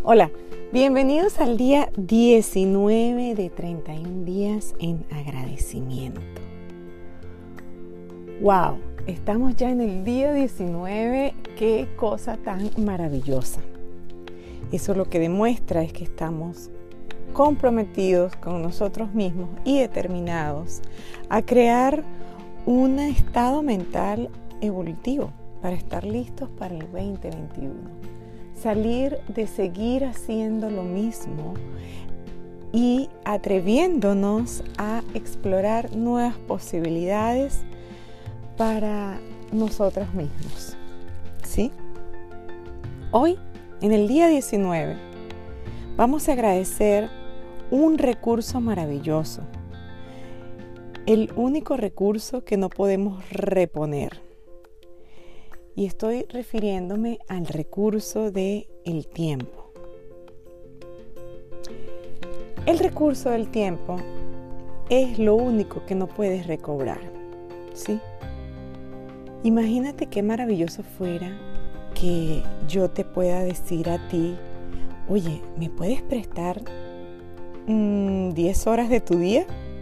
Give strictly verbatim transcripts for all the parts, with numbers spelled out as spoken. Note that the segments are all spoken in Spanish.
Hola, bienvenidos al día diecinueve de treinta y un días en agradecimiento. ¡Wow! Estamos ya en el día diecinueve, qué cosa tan maravillosa. Eso lo que demuestra es que estamos comprometidos con nosotros mismos y determinados a crear un estado mental evolutivo para estar listos para el veinte veintiuno. Salir de seguir haciendo lo mismo y atreviéndonos a explorar nuevas posibilidades para nosotros mismos. ¿Sí? Hoy, en el día diecinueve, vamos a agradecer un recurso maravilloso, el único recurso que no podemos reponer. Y estoy refiriéndome al recurso del tiempo. El recurso del tiempo es lo único que no puedes recobrar, ¿sí? Imagínate qué maravilloso fuera que yo te pueda decir a ti, oye, ¿me puedes prestar mmm, diez horas de tu día?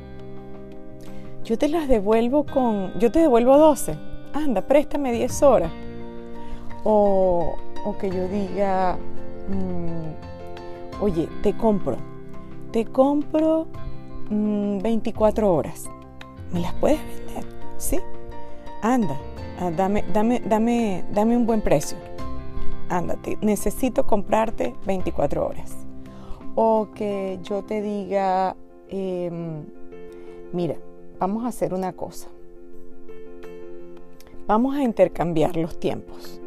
Yo te las devuelvo con, yo te devuelvo doce. Anda, préstame diez horas. O, o que yo diga, mmm, oye, te compro, te compro mmm, veinticuatro horas. ¿Me las puedes vender? ¿Sí? Anda, dame, dame, dame, dame un buen precio. Ándate, necesito comprarte veinticuatro horas. O que yo te diga, eh, mira, vamos a hacer una cosa. Vamos a intercambiar los tiempos.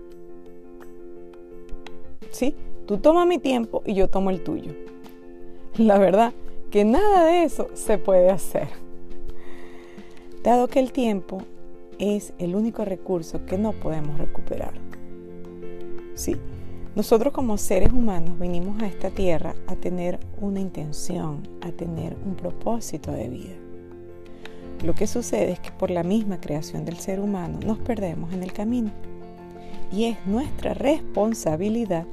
¿Sí? Tú tomas mi tiempo y yo tomo el tuyo. La verdad que nada de eso se puede hacer. Dado que el tiempo es el único recurso que no podemos recuperar. ¿Sí? Nosotros como seres humanos vinimos a esta tierra a tener una intención, a tener un propósito de vida. Lo que sucede es que por la misma creación del ser humano nos perdemos en el camino. Y es nuestra responsabilidad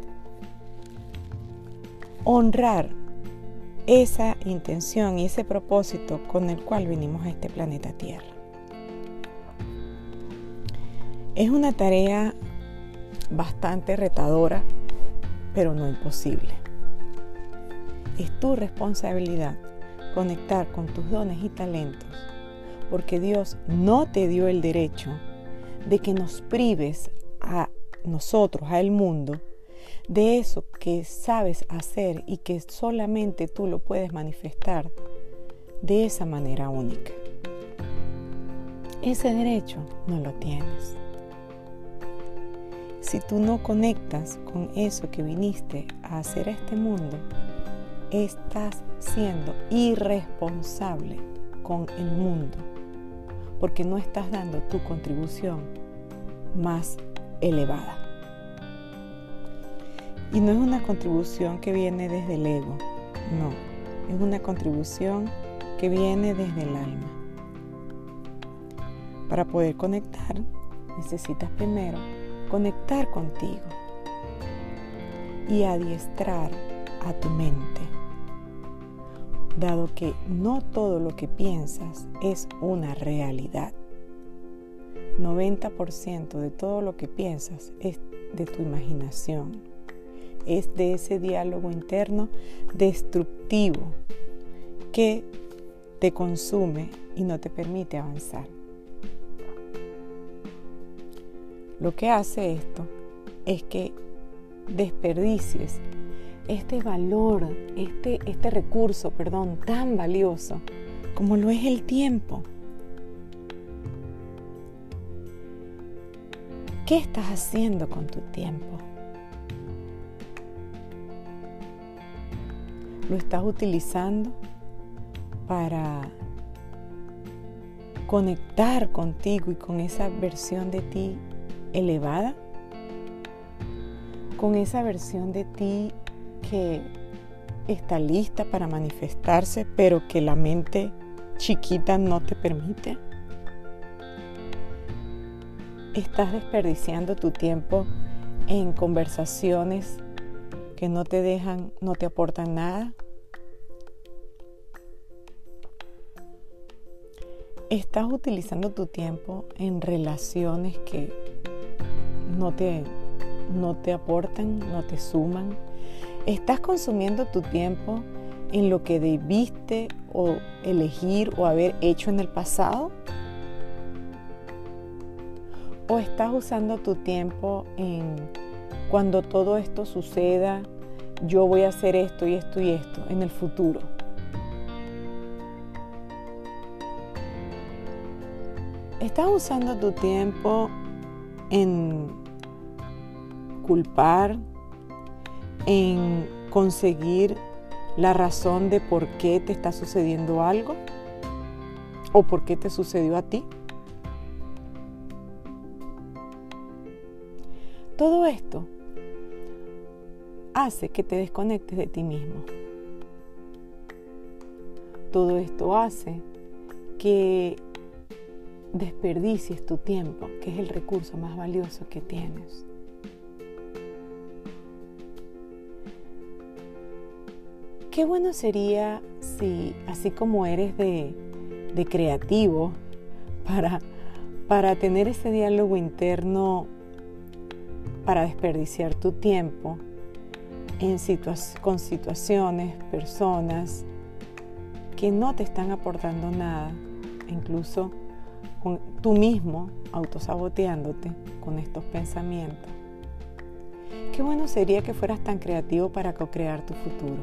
honrar esa intención y ese propósito con el cual venimos a este planeta Tierra. Es una tarea bastante retadora, pero no imposible. Es tu responsabilidad conectar con tus dones y talentos, porque Dios no te dio el derecho de que nos prives a nosotros, al mundo, de eso que sabes hacer y que solamente tú lo puedes manifestar de esa manera única. Ese derecho no lo tienes. Si tú no conectas con eso que viniste a hacer a este mundo, estás siendo irresponsable con el mundo, porque no estás dando tu contribución más elevada. Y no es una contribución que viene desde el ego, no, es una contribución que viene desde el alma. Para poder conectar, necesitas primero conectar contigo y adiestrar a tu mente, dado que no todo lo que piensas es una realidad. noventa por ciento de todo lo que piensas es de tu imaginación, es de ese diálogo interno destructivo que te consume y no te permite avanzar. Lo que hace esto es que desperdicies este valor, este, este recurso, perdón, tan valioso como lo es el tiempo. ¿Qué estás haciendo con tu tiempo? ¿Lo estás utilizando para conectar contigo y con esa versión de ti elevada? ¿Con esa versión de ti que está lista para manifestarse, pero que la mente chiquita no te permite? ¿Estás desperdiciando tu tiempo en conversaciones que no te dejan, no te aportan nada. Estás utilizando tu tiempo en relaciones que no te, no te aportan, no te suman. Estás consumiendo tu tiempo en lo que debiste o elegir o haber hecho en el pasado. ¿O estás usando tu tiempo en cuando todo esto suceda, yo voy a hacer esto y esto y esto en el futuro? ¿Estás usando tu tiempo en culpar, en conseguir la razón de por qué te está sucediendo algo o por qué te sucedió a ti? Todo esto hace que te desconectes de ti mismo. Todo esto hace que desperdicies tu tiempo, que es el recurso más valioso que tienes. Qué bueno sería si, así como eres de, de creativo, para, para tener ese diálogo interno, para desperdiciar tu tiempo en situa- con situaciones, personas que no te están aportando nada, incluso con, tú mismo autosaboteándote con estos pensamientos. Qué bueno sería que fueras tan creativo para co-crear tu futuro.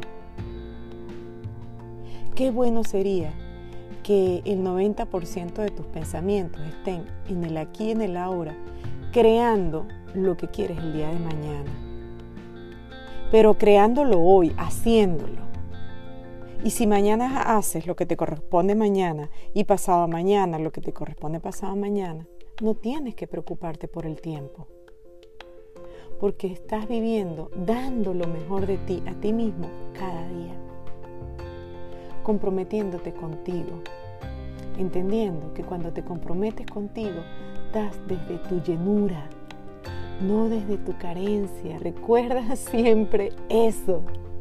Qué bueno sería que el noventa por ciento de tus pensamientos estén en el aquí y en el ahora, creando lo que quieres el día de mañana, pero creándolo hoy, haciéndolo. Y si mañana haces lo que te corresponde mañana y pasado mañana lo que te corresponde pasado mañana, no tienes que preocuparte por el tiempo, porque estás viviendo, dando lo mejor de ti a ti mismo cada día, comprometiéndote contigo, entendiendo que cuando te comprometes contigo, das desde tu llenura, no desde tu carencia. Recuerda siempre eso.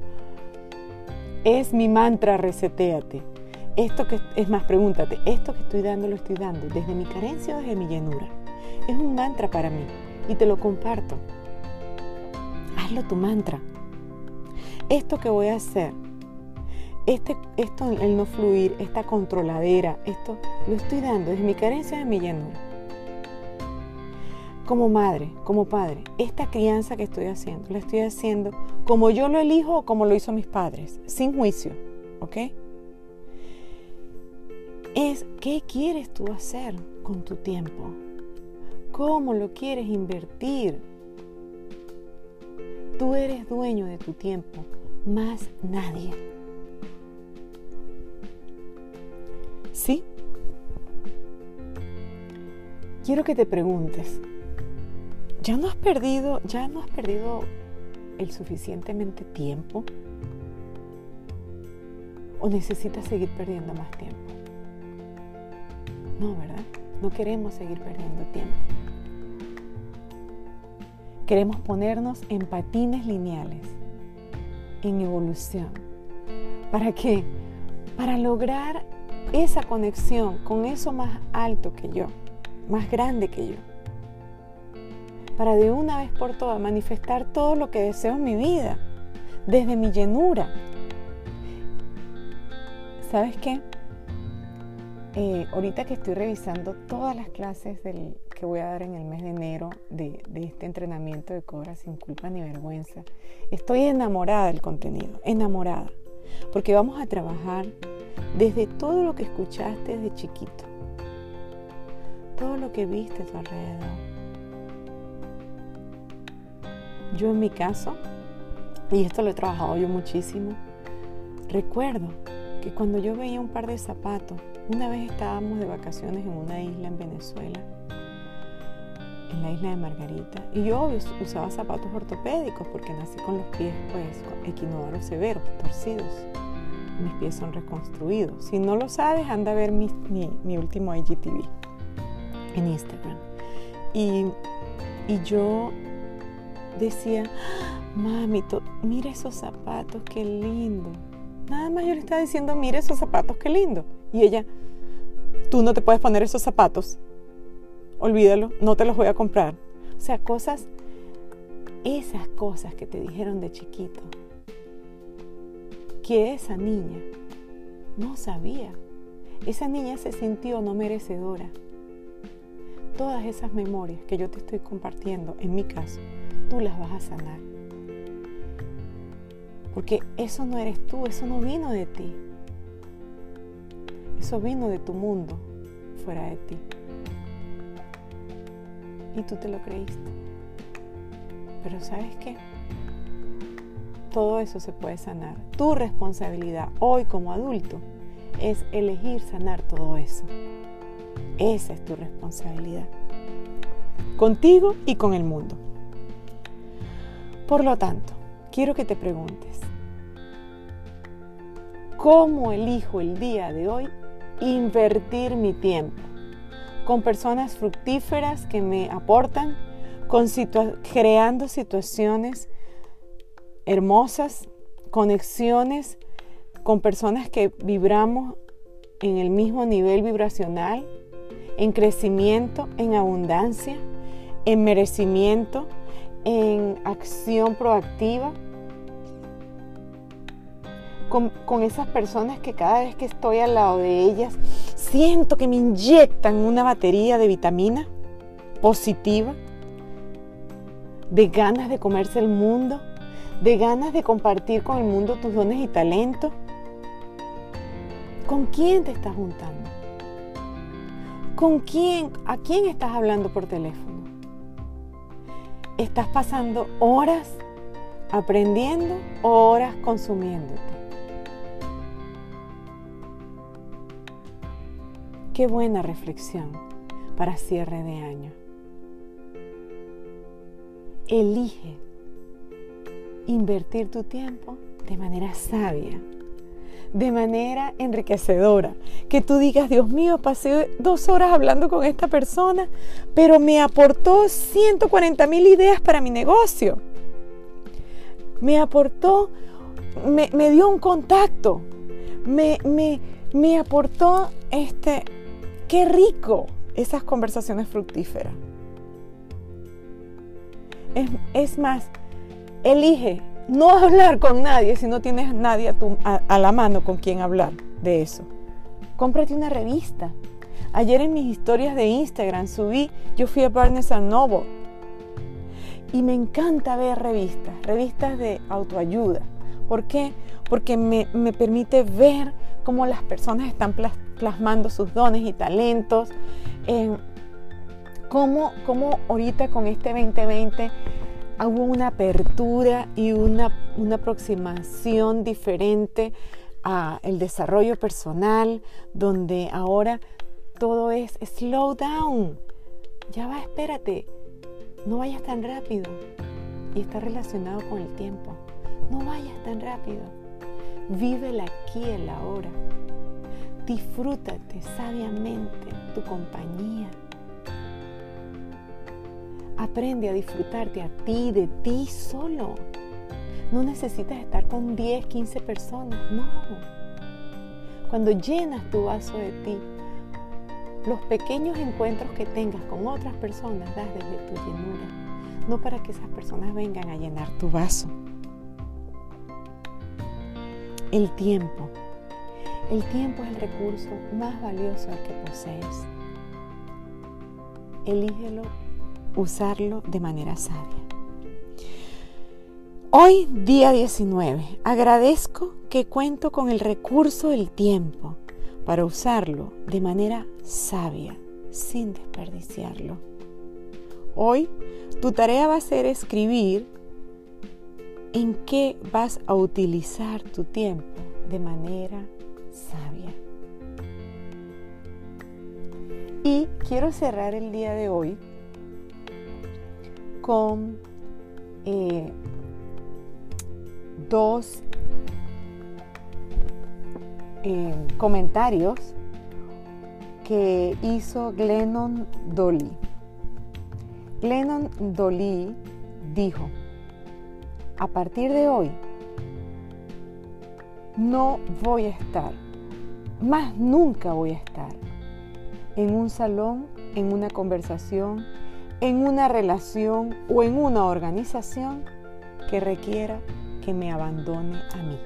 Es mi mantra, resetéate. Esto que es más, pregúntate, ¿esto que estoy dando lo estoy dando desde mi carencia o desde mi llenura? Es un mantra para mí y te lo comparto. Hazlo tu mantra. Esto que voy a hacer, este, esto, el no fluir, esta controladera, esto lo estoy dando desde mi carencia o desde mi llenura. Como madre, como padre, esta crianza que estoy haciendo, la estoy haciendo como yo lo elijo o como lo hizo mis padres, sin juicio, ¿ok? Es qué quieres tú hacer con tu tiempo, cómo lo quieres invertir. Tú eres dueño de tu tiempo, más nadie. ¿Sí? Quiero que te preguntes, ¿Ya no has perdido, ya no has perdido el suficientemente tiempo? ¿O necesitas seguir perdiendo más tiempo? No, ¿verdad? No queremos seguir perdiendo tiempo. Queremos ponernos en patines lineales, en evolución. ¿Para qué? Para lograr esa conexión con eso más alto que yo, más grande que yo. Para de una vez por todas manifestar todo lo que deseo en mi vida, desde mi llenura. ¿Sabes qué? Eh, ahorita que estoy revisando todas las clases del, que voy a dar en el mes de enero de, de este entrenamiento de Cobra sin culpa ni vergüenza, estoy enamorada del contenido, enamorada, porque vamos a trabajar desde todo lo que escuchaste desde chiquito, todo lo que viste a tu alrededor. Yo en mi caso, y esto lo he trabajado yo muchísimo, recuerdo que cuando yo veía un par de zapatos, una vez estábamos de vacaciones en una isla en Venezuela, en la isla de Margarita, y yo usaba zapatos ortopédicos porque nací con los pies pues equinovaros severos, torcidos. Mis pies son reconstruidos. Si no lo sabes, anda a ver mi, mi, mi último I G T V en Instagram. Y, y yo decía, mami, tú, mira esos zapatos, qué lindo. Nada más yo le estaba diciendo, mira esos zapatos, qué lindo. Y ella, tú no te puedes poner esos zapatos. Olvídalo, no te los voy a comprar. O sea, cosas, esas cosas que te dijeron de chiquito, que esa niña no sabía. Esa niña se sintió no merecedora. Todas esas memorias que yo te estoy compartiendo, en mi caso, tú las vas a sanar. Porque eso no eres tú, eso no vino de ti. Eso vino de tu mundo, fuera de ti. Y tú te lo creíste. Pero ¿sabes qué? Todo eso se puede sanar. Tu responsabilidad hoy como adulto es elegir sanar todo eso. Esa es tu responsabilidad. Contigo y con el mundo. Por lo tanto, quiero que te preguntes, ¿cómo elijo el día de hoy invertir mi tiempo? Con personas fructíferas que me aportan, con situa- creando situaciones hermosas, conexiones con personas que vibramos en el mismo nivel vibracional, en crecimiento, en abundancia, en merecimiento, en acción proactiva, con, con esas personas que cada vez que estoy al lado de ellas siento que me inyectan una batería de vitamina positiva, de ganas de comerse el mundo, de ganas de compartir con el mundo tus dones y talentos. ¿Con quién te estás juntando? ¿Con quién? ¿A quién estás hablando por teléfono? ¿Estás pasando horas aprendiendo o horas consumiéndote? Qué buena reflexión para cierre de año. Elige invertir tu tiempo de manera sabia, de manera enriquecedora. Que tú digas, Dios mío, pasé dos horas hablando con esta persona, pero me aportó ciento cuarenta mil ideas para mi negocio. Me aportó, me, me dio un contacto, me, me, me aportó, este, qué rico esas conversaciones fructíferas. Es, es más, elige no hablar con nadie si no tienes nadie a, tu, a, a la mano con quien hablar de eso. Cómprate una revista. Ayer en mis historias de Instagram subí, yo fui a Barnes and Noble y me encanta ver revistas, revistas de autoayuda. ¿Por qué? Porque me, me permite ver cómo las personas están plasmando sus dones y talentos, eh, cómo, cómo ahorita con este veinte veinte hubo una apertura y una, una aproximación diferente al desarrollo personal, donde ahora todo es slow down. Ya va, espérate, no vayas tan rápido. Y está relacionado con el tiempo. No vayas tan rápido. Vive el aquí y el ahora. Disfrútate sabiamente tu compañía. Aprende a disfrutarte a ti, de ti solo. No necesitas estar con diez, quince personas, no. Cuando llenas tu vaso de ti, los pequeños encuentros que tengas con otras personas das desde tu llenura, no para que esas personas vengan a llenar tu vaso. El tiempo. El tiempo es el recurso más valioso al que posees. Elígelo, usarlo de manera sabia. Hoy, día diecinueve, agradezco que cuento con el recurso del tiempo para usarlo de manera sabia, sin desperdiciarlo. Hoy, tu tarea va a ser escribir en qué vas a utilizar tu tiempo de manera sabia. Y quiero cerrar el día de hoy con eh, dos eh, comentarios que hizo Glennon Dooley. Glennon Dooley dijo: a partir de hoy, no voy a estar, más nunca voy a estar en un salón, en una conversación, en una relación o en una organización que requiera que me abandone a mí.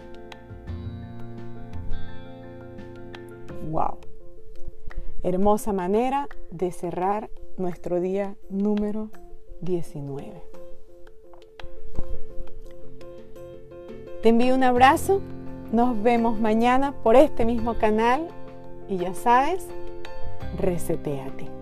¡Wow! Hermosa manera de cerrar nuestro día número diecinueve. Te envío un abrazo. Nos vemos mañana por este mismo canal. Y ya sabes, resetéate.